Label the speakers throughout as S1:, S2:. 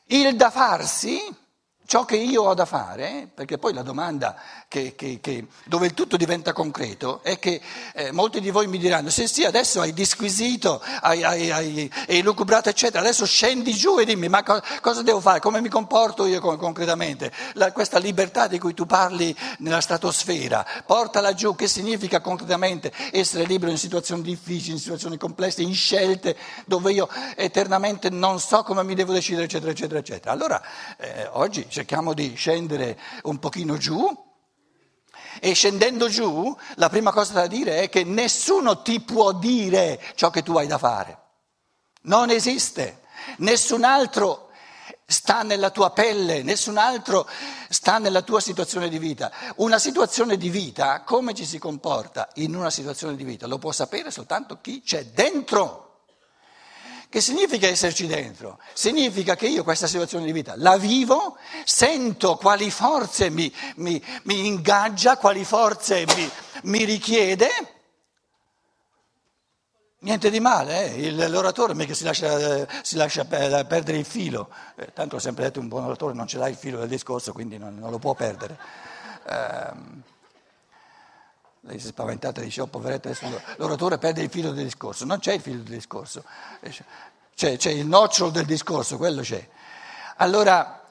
S1: il da farsi, ciò che io ho da fare, perché poi la domanda dove il tutto diventa concreto è che molti di voi mi diranno, sì, adesso hai disquisito, hai elucubrato, eccetera, adesso scendi giù e dimmi, ma cosa devo fare, come mi comporto io concretamente? Questa libertà di cui tu parli nella stratosfera, portala giù, che significa concretamente essere libero in situazioni difficili, in situazioni complesse, in scelte dove io eternamente non so come mi devo decidere, eccetera, eccetera, eccetera. Allora, oggi cerchiamo di scendere un pochino giù. E scendendo giù, la prima cosa da dire è che nessuno ti può dire ciò che tu hai da fare. Non esiste. Nessun altro sta nella tua pelle, nessun altro sta nella tua situazione di vita. Una situazione di vita, come ci si comporta in una situazione di vita, lo può sapere soltanto chi c'è dentro. Che significa esserci dentro? Significa che io questa situazione di vita la vivo, sento quali forze mi ingaggia, quali forze mi richiede. Niente di male, l'oratore mica si lascia perdere il filo. Tanto ho sempre detto un buon oratore non ce l'ha il filo del discorso, quindi non lo può perdere. Lei si è spaventata e dice, oh poveretto, adesso l'oratore perde il filo del discorso. Non c'è il filo del discorso, c'è il nocciolo del discorso, quello c'è. Allora,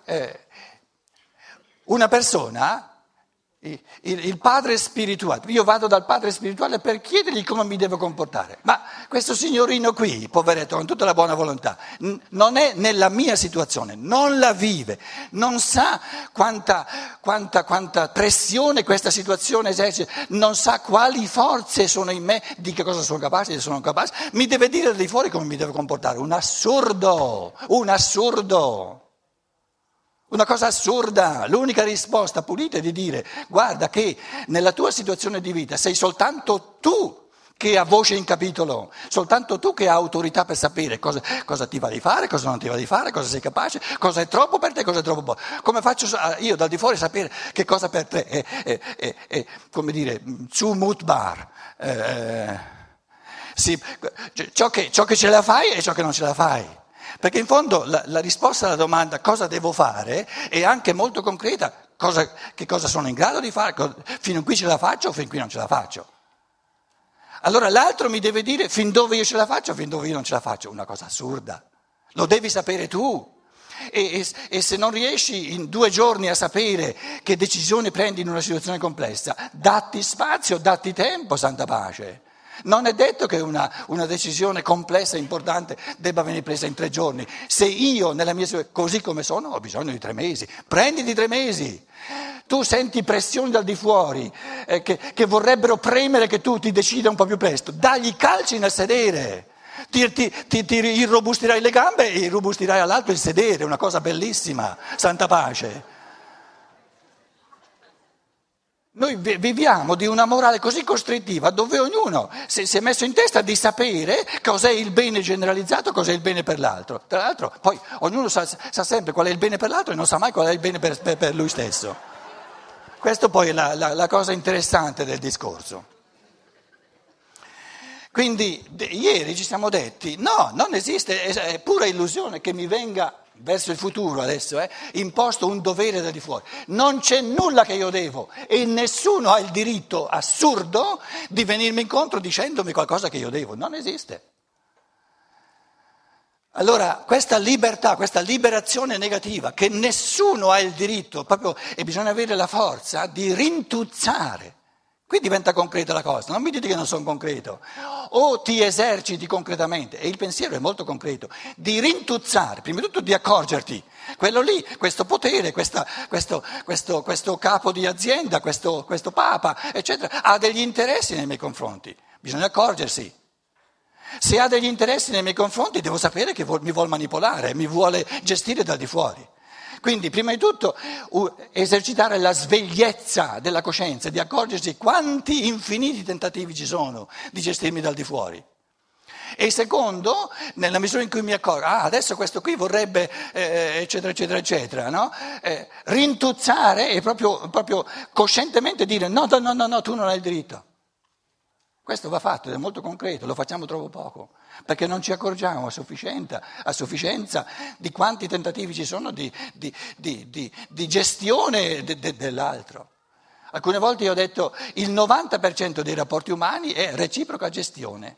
S1: una persona, il padre spirituale, io vado dal padre spirituale per chiedergli come mi devo comportare, ma questo signorino qui, poveretto, con tutta la buona volontà, non è nella mia situazione, non la vive, non sa quanta pressione questa situazione esercita, non sa quali forze sono in me, di che cosa sono capace, mi deve dire da di fuori come mi devo comportare, un assurdo. Una cosa assurda, l'unica risposta pulita è di dire guarda che nella tua situazione di vita sei soltanto tu che ha voce in capitolo, soltanto tu che hai autorità per sapere cosa ti va di fare, cosa non ti va di fare, cosa sei capace, cosa è troppo per te, cosa è troppo poco. Come faccio io dal di fuori a sapere che cosa per te è come dire, zumutbar, ciò che ce la fai e ciò che non ce la fai. Perché in fondo la risposta alla domanda cosa devo fare è anche molto concreta, che cosa sono in grado di fare, fino a qui ce la faccio o fin qui non ce la faccio. Allora l'altro mi deve dire fin dove io ce la faccio o fin dove io non ce la faccio, una cosa assurda, lo devi sapere tu. E se non riesci in 2 giorni a sapere che decisione prendi in una situazione complessa, datti spazio, datti tempo, santa pace. Non è detto che una decisione complessa e importante debba venire presa in 3 giorni. Se io nella mia situazione, così come sono, ho bisogno di 3 mesi, prenditi 3 mesi. Tu senti pressioni dal di fuori che vorrebbero premere che tu ti decida un po' più presto, dagli calci nel sedere. Ti irrobustirai le gambe e irrobustirai all'altro il sedere, una cosa bellissima, santa pace. Noi viviamo di una morale così costrittiva dove ognuno si è messo in testa di sapere cos'è il bene generalizzato, cos'è il bene per l'altro. Tra l'altro poi ognuno sa sempre qual è il bene per l'altro e non sa mai qual è il bene per lui stesso. Questo poi è la cosa interessante del discorso. Quindi ieri ci siamo detti no, non esiste, è pura illusione che mi venga verso il futuro adesso, imposto un dovere da di fuori. Non c'è nulla che io devo e nessuno ha il diritto assurdo di venirmi incontro dicendomi qualcosa che io devo. Non esiste. Allora questa libertà, questa liberazione negativa che nessuno ha il diritto, proprio, e bisogna avere la forza di rintuzzare. Qui diventa concreta la cosa, non mi dite che non sono concreto, o ti eserciti concretamente, e il pensiero è molto concreto, di rintuzzare, prima di tutto di accorgerti, quello lì, questo potere, questo capo di azienda, questo papa, eccetera, ha degli interessi nei miei confronti, bisogna accorgersi. Se ha degli interessi nei miei confronti devo sapere che mi vuole manipolare, mi vuole gestire da di fuori. Quindi prima di tutto esercitare la svegliezza della coscienza, di accorgersi quanti infiniti tentativi ci sono di gestirmi dal di fuori. E secondo, nella misura in cui mi accorgo, adesso questo qui vorrebbe, eccetera, eccetera, eccetera, no? Rintuzzare e proprio coscientemente dire no, tu non hai il diritto. Questo va fatto ed è molto concreto, lo facciamo troppo poco, perché non ci accorgiamo a sufficienza di quanti tentativi ci sono di gestione dell'altro. Alcune volte io ho detto il 90% dei rapporti umani è reciproca gestione.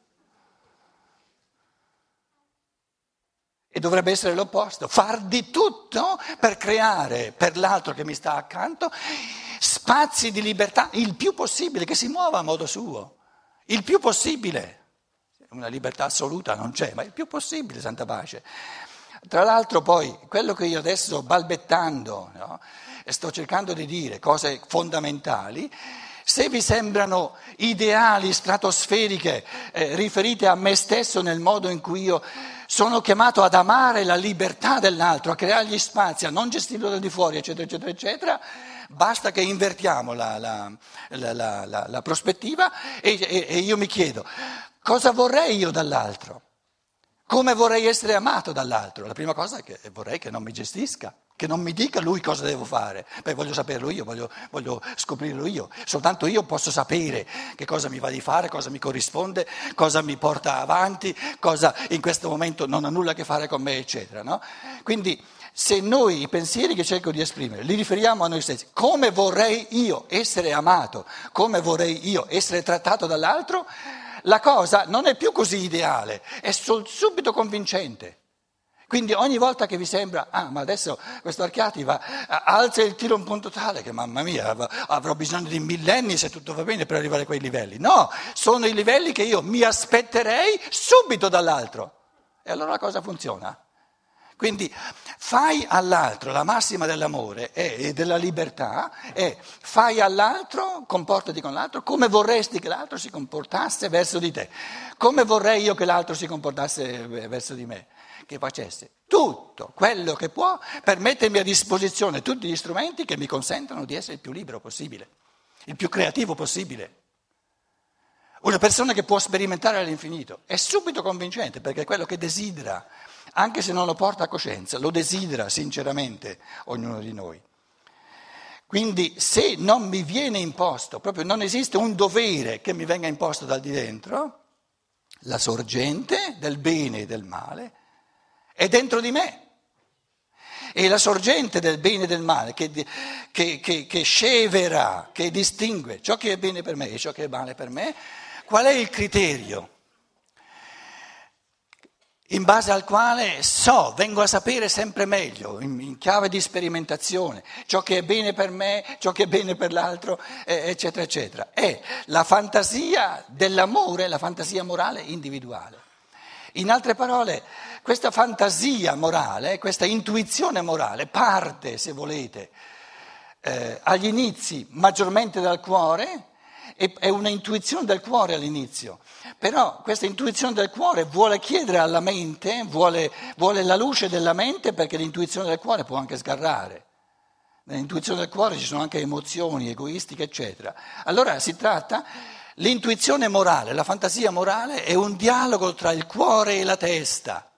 S1: E dovrebbe essere l'opposto, far di tutto per creare per l'altro che mi sta accanto spazi di libertà il più possibile, che si muova a modo suo, il più possibile. Una libertà assoluta non c'è, ma il più possibile, santa pace. Tra l'altro poi quello che io adesso balbettando, no, e sto cercando di dire cose fondamentali, se vi sembrano ideali, stratosferiche, riferite a me stesso nel modo in cui io sono chiamato ad amare la libertà dell'altro, a creargli spazi, a non gestirlo da di fuori, eccetera, eccetera, eccetera, basta che invertiamo la prospettiva e io mi chiedo, cosa vorrei io dall'altro? Come vorrei essere amato dall'altro? La prima cosa è che vorrei che non mi gestisca, che non mi dica lui cosa devo fare. Beh, voglio saperlo io, voglio scoprirlo io. Soltanto io posso sapere che cosa mi va di fare, cosa mi corrisponde, cosa mi porta avanti, cosa in questo momento non ha nulla a che fare con me, eccetera. No? Quindi se noi i pensieri che cerco di esprimere li riferiamo a noi stessi, come vorrei io essere amato, come vorrei io essere trattato dall'altro, la cosa non è più così ideale, è subito convincente. Quindi ogni volta che vi sembra, ma adesso questo Archiati alza il tiro a un punto tale che mamma mia avrò bisogno di millenni se tutto va bene per arrivare a quei livelli. No, sono i livelli che io mi aspetterei subito dall'altro. E allora la cosa funziona. Quindi fai all'altro, la massima dell'amore e della libertà è fai all'altro, comportati con l'altro come vorresti che l'altro si comportasse verso di te, come vorrei io che l'altro si comportasse verso di me, che facesse tutto quello che può per mettermi a disposizione tutti gli strumenti che mi consentono di essere il più libero possibile, il più creativo possibile. Una persona che può sperimentare all'infinito è subito convincente perché è quello che desidera. Anche se non lo porta a coscienza, lo desidera sinceramente ognuno di noi. Quindi se non mi viene imposto, proprio non esiste un dovere che mi venga imposto dal di dentro, la sorgente del bene e del male è dentro di me. E la sorgente del bene e del male che scevera, che distingue ciò che è bene per me e ciò che è male per me, qual è il criterio? In base al quale vengo a sapere sempre meglio, in chiave di sperimentazione, ciò che è bene per me, ciò che è bene per l'altro, eccetera, eccetera. È la fantasia dell'amore, la fantasia morale individuale. In altre parole, questa fantasia morale, questa intuizione morale parte, se volete, agli inizi maggiormente dal cuore. È una intuizione del cuore all'inizio, però questa intuizione del cuore vuole chiedere alla mente, vuole la luce della mente perché l'intuizione del cuore può anche sgarrare. Nell'intuizione del cuore ci sono anche emozioni egoistiche, eccetera. Allora si tratta, l'intuizione morale, la fantasia morale è un dialogo tra il cuore e la testa.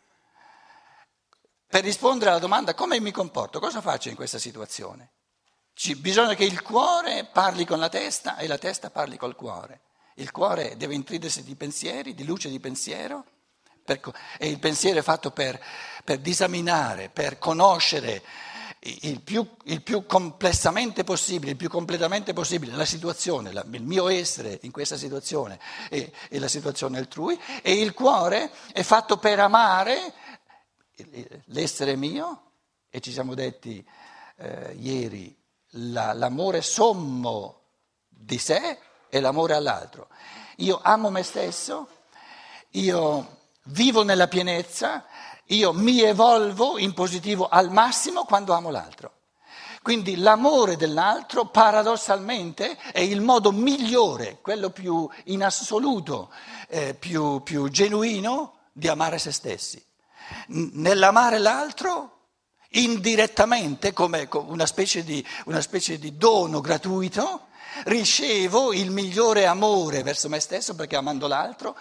S1: Per rispondere alla domanda come mi comporto, cosa faccio in questa situazione? Bisogna che il cuore parli con la testa e la testa parli col cuore. Il cuore deve intridersi di pensieri, di luce di pensiero, e il pensiero è fatto per disaminare, per conoscere il più complessamente possibile, il più completamente possibile la situazione, il mio essere in questa situazione e la situazione altrui, e il cuore è fatto per amare l'essere mio, e ci siamo detti ieri, l'amore sommo di sé e l'amore all'altro. Io amo me stesso, io vivo nella pienezza, io mi evolvo in positivo al massimo quando amo l'altro. Quindi l'amore dell'altro paradossalmente è il modo migliore, quello più in assoluto, più genuino di amare se stessi. Nell'amare l'altro indirettamente, come una specie di dono gratuito, ricevo il migliore amore verso me stesso perché amando l'altro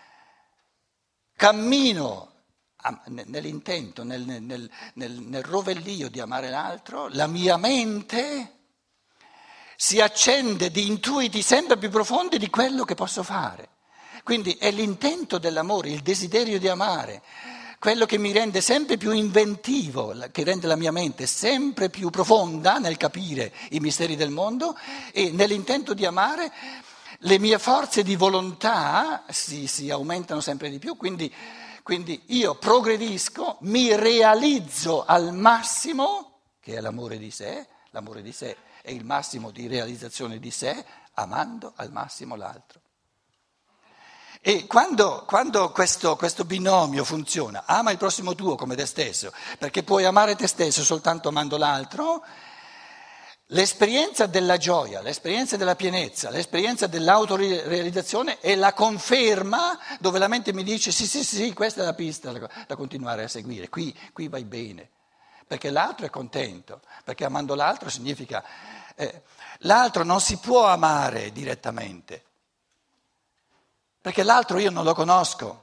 S1: cammino nell'intento, nel rovellio di amare l'altro, la mia mente si accende di intuiti sempre più profondi di quello che posso fare. Quindi è l'intento dell'amore, il desiderio di amare, quello che mi rende sempre più inventivo, che rende la mia mente sempre più profonda nel capire i misteri del mondo, e nell'intento di amare le mie forze di volontà si aumentano sempre di più, quindi io progredisco, mi realizzo al massimo, che è l'amore di sé è il massimo di realizzazione di sé, amando al massimo l'altro. E quando questo binomio funziona, ama il prossimo tuo come te stesso, perché puoi amare te stesso soltanto amando l'altro, l'esperienza della gioia, l'esperienza della pienezza, l'esperienza dell'autorealizzazione è la conferma dove la mente mi dice sì, questa è la pista da continuare a seguire, qui vai bene, perché l'altro è contento, perché amando l'altro significa l'altro non si può amare direttamente. Perché l'altro io non lo conosco.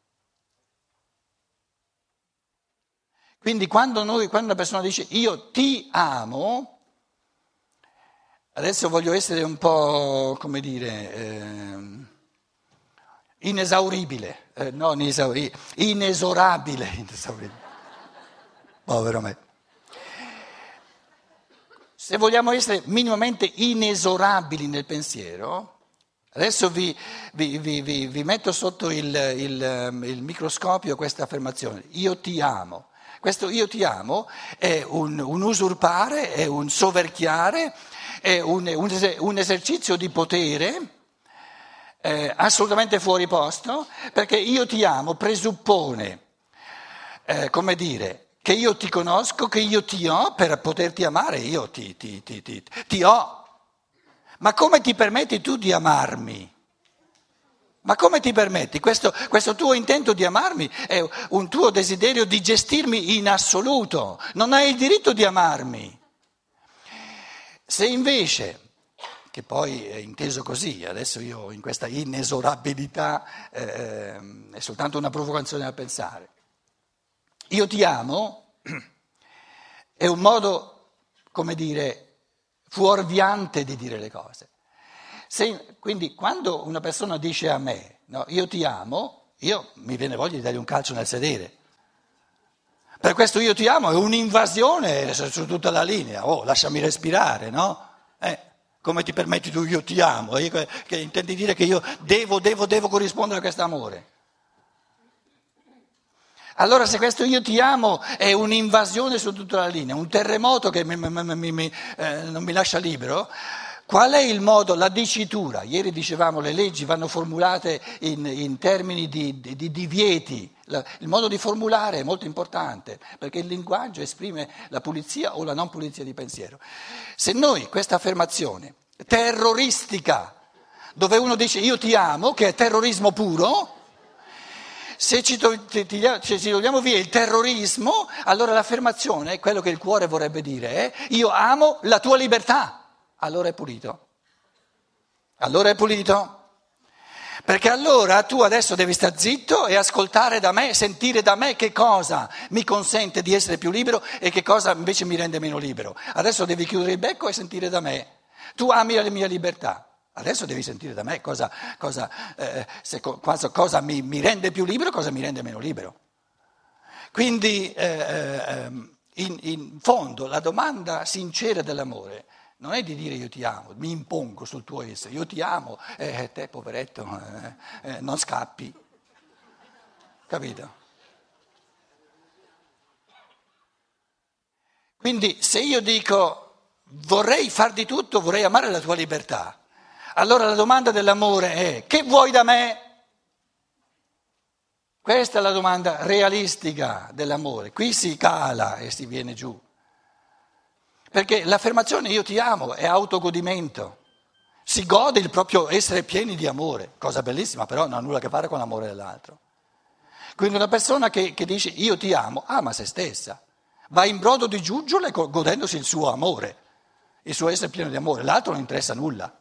S1: Quindi quando una persona dice io ti amo, adesso voglio essere un po', come dire, inesauribile, inesorabile. Povero me. Se vogliamo essere minimamente inesorabili nel pensiero, adesso vi metto sotto il microscopio questa affermazione, io ti amo. Questo io ti amo è un usurpare, è un soverchiare, è un esercizio di potere assolutamente fuori posto, perché io ti amo presuppone, come dire, che io ti conosco, che io ti ho per poterti amare, io ti ho. Ma come ti permetti tu di amarmi? Ma come ti permetti? Questo tuo intento di amarmi è un tuo desiderio di gestirmi in assoluto. Non hai il diritto di amarmi. Se invece, che poi è inteso così, adesso io in questa inesorabilità è soltanto una provocazione a pensare. Io ti amo è un modo, come dire, fuorviante di dire le cose. Quindi quando una persona dice a me, no, io ti amo, mi viene voglia di dargli un calcio nel sedere. Per questo io ti amo è un'invasione su tutta la linea. Oh, lasciami respirare, no? Come ti permetti tu io ti amo? Che intendi dire che io devo corrispondere a questo amore? Allora se questo io ti amo è un'invasione su tutta la linea, un terremoto che non mi lascia libero, qual è il modo, la dicitura? Ieri dicevamo le leggi vanno formulate in termini di divieti, il modo di formulare è molto importante perché il linguaggio esprime la pulizia o la non pulizia di pensiero. Se noi questa affermazione terroristica, dove uno dice io ti amo, che è terrorismo puro, se ci togliamo via il terrorismo, allora l'affermazione, quello che il cuore vorrebbe dire è io amo la tua libertà, allora è pulito. Allora è pulito. Perché allora tu adesso devi stare zitto e ascoltare da me, sentire da me che cosa mi consente di essere più libero e che cosa invece mi rende meno libero. Adesso devi chiudere il becco e sentire da me. Tu ami la mia libertà. Adesso devi sentire da me cosa mi rende più libero e cosa mi rende meno libero. Quindi in fondo la domanda sincera dell'amore non è di dire io ti amo, mi impongo sul tuo essere, io ti amo, te poveretto non scappi, capito? Quindi se io dico vorrei far di tutto, vorrei amare la tua libertà, allora la domanda dell'amore è che vuoi da me? Questa è la domanda realistica dell'amore, qui si cala e si viene giù, perché l'affermazione io ti amo è autogodimento, si gode il proprio essere pieni di amore, cosa bellissima però non ha nulla a che fare con l'amore dell'altro. Quindi una persona che dice io ti amo, ama se stessa, va in brodo di giuggiole godendosi il suo amore, il suo essere pieno di amore, l'altro non interessa nulla.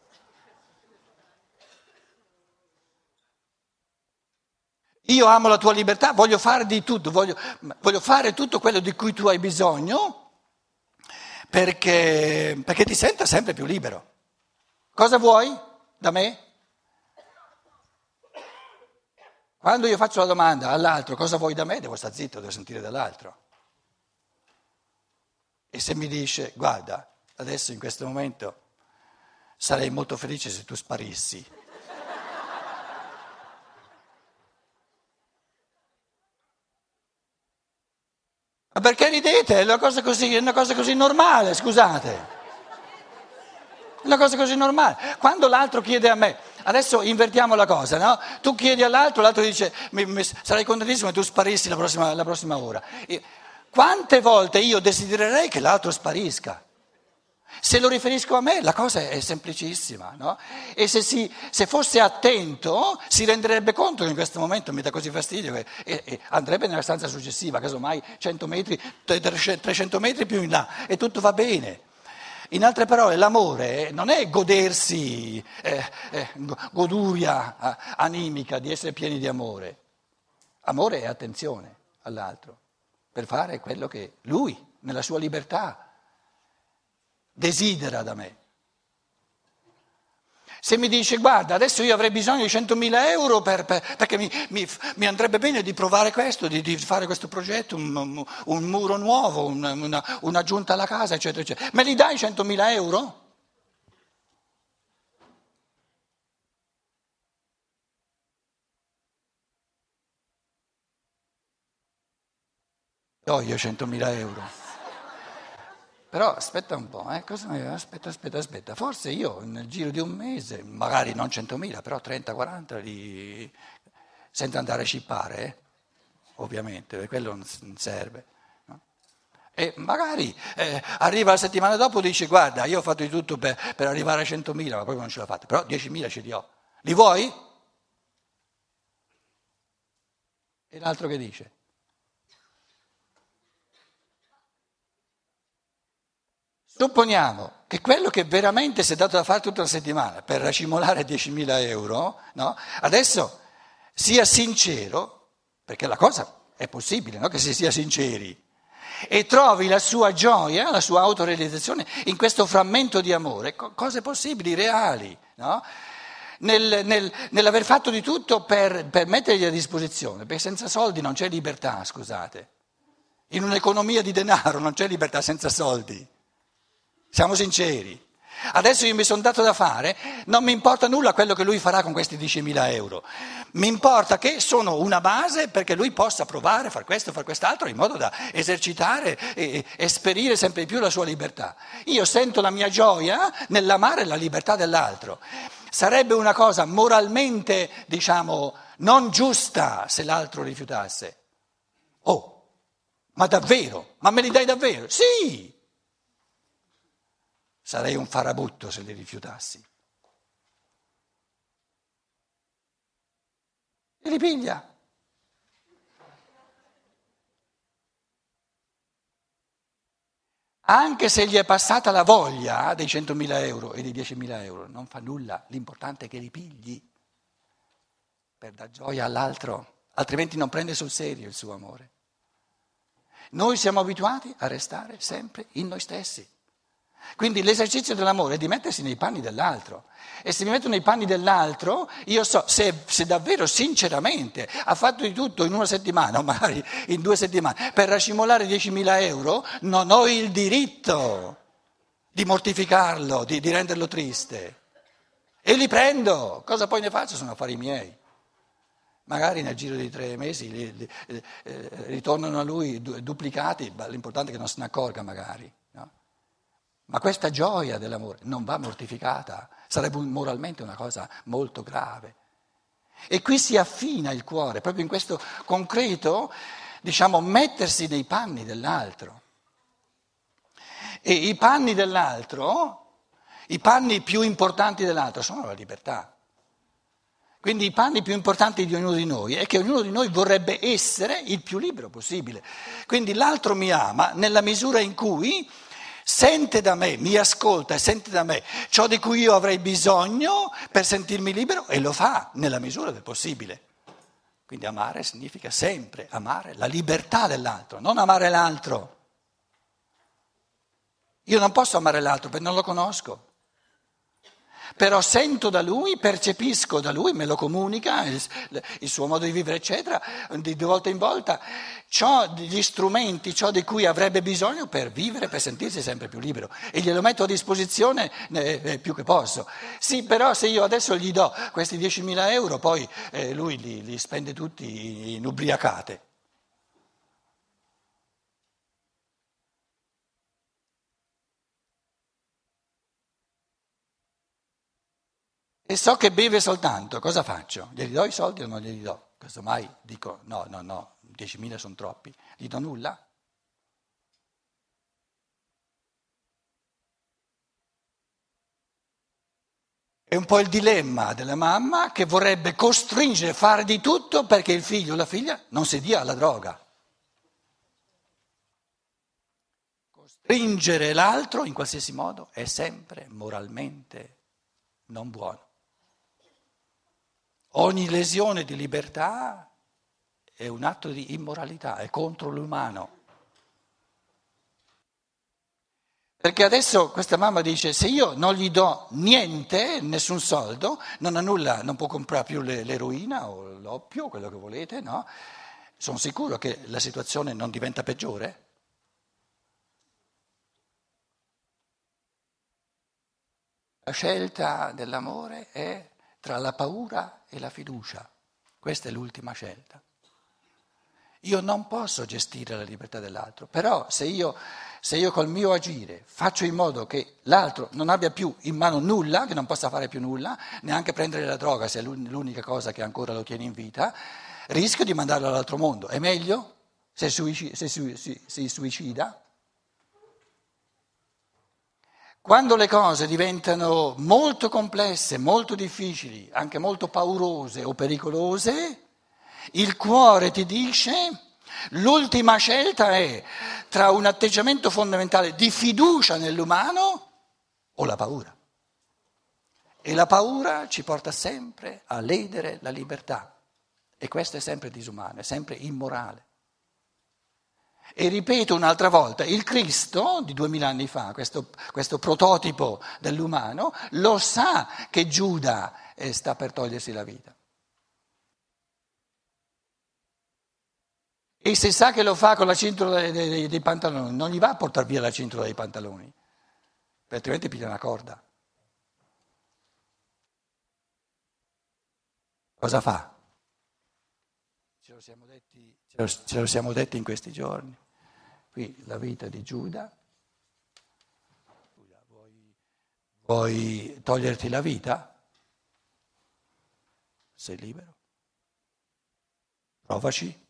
S1: Io amo la tua libertà, voglio fare di tutto, voglio fare tutto quello di cui tu hai bisogno perché ti senta sempre più libero. Cosa vuoi da me? Quando io faccio la domanda all'altro cosa vuoi da me, devo stare zitto, devo sentire dall'altro. E se mi dice, guarda, adesso in questo momento sarei molto felice se tu sparissi. Ma perché ridete? È una cosa così normale, scusate. È una cosa così normale. Quando l'altro chiede a me, adesso invertiamo la cosa, no? Tu chiedi all'altro, l'altro dice, sarei contentissimo che tu sparissi la prossima ora. Quante volte io desidererei che l'altro sparisca? Se lo riferisco a me, la cosa è semplicissima, no? E se fosse attento si renderebbe conto che in questo momento mi dà così fastidio e andrebbe nella stanza successiva, casomai 100 metri, 300 metri più in là e tutto va bene. In altre parole, l'amore non è godersi, goduria animica di essere pieni di amore. Amore è attenzione all'altro per fare quello che lui, nella sua libertà, desidera da me. Se mi dice guarda adesso io avrei bisogno di 100.000 euro perché mi andrebbe bene di provare questo, di fare questo progetto, un muro nuovo, un'aggiunta alla casa, eccetera, eccetera. Me li dai 100.000 euro? Do io 100.000 euro. Però aspetta un po', aspetta, forse io nel giro di un mese, magari non 100.000, però 30-40 senza andare a scippare, ovviamente, perché quello non serve. No? E magari arriva la settimana dopo e dice guarda, io ho fatto di tutto per arrivare a 100.000, ma proprio non ce l'ho fatta, però 10.000 ce li ho. Li vuoi? E l'altro che dice? Supponiamo che quello che veramente si è dato da fare tutta la settimana per racimolare 10.000 euro, no? Adesso sia sincero, perché la cosa è possibile, no? Che si sia sinceri, e trovi la sua gioia, la sua autorealizzazione in questo frammento di amore, cose possibili, reali, no? Nell'aver fatto di tutto per metterli a disposizione, perché senza soldi non c'è libertà, scusate. In un'economia di denaro non c'è libertà senza soldi. Siamo sinceri. Adesso io mi sono dato da fare, non mi importa nulla quello che lui farà con questi 10.000 euro. Mi importa che sono una base perché lui possa provare, far questo, far quest'altro, in modo da esercitare e esperire sempre di più la sua libertà. Io sento la mia gioia nell'amare la libertà dell'altro. Sarebbe una cosa moralmente, diciamo, non giusta se l'altro rifiutasse. Oh, ma davvero? Ma me li dai davvero? Sì! Sarei un farabutto se li rifiutassi. E li piglia. Anche se gli è passata la voglia dei 100.000 euro e dei 10.000 euro, non fa nulla, l'importante è che li pigli per dar gioia all'altro, altrimenti non prende sul serio il suo amore. Noi siamo abituati a restare sempre in noi stessi. Quindi l'esercizio dell'amore è di mettersi nei panni dell'altro e se mi metto nei panni dell'altro io so se davvero sinceramente ha fatto di tutto in una settimana o magari in 2 settimane per racimolare 10.000 euro, non ho il diritto di mortificarlo, di renderlo triste e li prendo, cosa poi ne faccio? Sono affari miei. Magari nel giro di 3 mesi ritornano a lui duplicati, l'importante è che non se ne accorga magari. No? Ma questa gioia dell'amore non va mortificata, sarebbe moralmente una cosa molto grave. E qui si affina il cuore, proprio in questo concreto, diciamo, mettersi nei panni dell'altro. E i panni dell'altro, i panni più importanti dell'altro sono la libertà. Quindi i panni più importanti di ognuno di noi è che ognuno di noi vorrebbe essere il più libero possibile. Quindi l'altro mi ama nella misura in cui sente da me, mi ascolta e sente da me ciò di cui io avrei bisogno per sentirmi libero e lo fa nella misura del possibile. Quindi amare significa sempre amare la libertà dell'altro, non amare l'altro. Io non posso amare l'altro perché non lo conosco. però sento da lui, percepisco da lui, me lo comunica, il suo modo di vivere, eccetera, di volta in volta. C'ho gli strumenti, ciò di cui avrebbe bisogno per vivere, per sentirsi sempre più libero e glielo metto a disposizione più che posso. Sì, però se io adesso gli do questi 10.000 euro, poi lui li spende tutti in ubriacate. E so che beve soltanto, cosa faccio? Glieli do i soldi o non glieli do? Casomai dico no, no, no, 10.000 sono troppi, gli do nulla? È un po' il dilemma della mamma che vorrebbe costringere a fare di tutto perché il figlio o la figlia non si dia alla droga. Costringere l'altro in qualsiasi modo è sempre moralmente non buono. Ogni lesione di libertà è un atto di immoralità, è contro l'umano. Perché adesso questa mamma dice: se io non gli do niente, nessun soldo, non ha nulla, non può comprare più l'eroina o l'oppio, quello che volete, no? Sono sicuro che la situazione non diventa peggiore? La scelta dell'amore è tra la paura e la fiducia. Questa è l'ultima scelta. Io non posso gestire la libertà dell'altro, però se io col mio agire faccio in modo che l'altro non abbia più in mano nulla, che non possa fare più nulla, neanche prendere la droga se è l'unica cosa che ancora lo tiene in vita, rischio di mandarlo all'altro mondo. È meglio se si suicida? Quando le cose diventano molto complesse, molto difficili, anche molto paurose o pericolose, il cuore ti dice, l'ultima scelta è tra un atteggiamento fondamentale di fiducia nell'umano o la paura. E la paura ci porta sempre a ledere la libertà. E questo è sempre disumano, è sempre immorale. E ripeto un'altra volta, il Cristo di 2000 anni fa, questo prototipo dell'umano, lo sa che Giuda sta per togliersi la vita. E se sa che lo fa con la cintola dei pantaloni, non gli va a portare via la cintola dei pantaloni, altrimenti piglia una corda. Cosa fa? Ce lo siamo detti in questi giorni. Qui la vita di Giuda. Vuoi toglierti la vita? Sei libero. Provaci.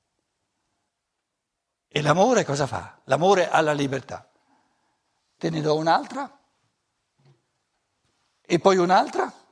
S1: E l'amore cosa fa? L'amore alla libertà. Te ne do un'altra? E poi un'altra?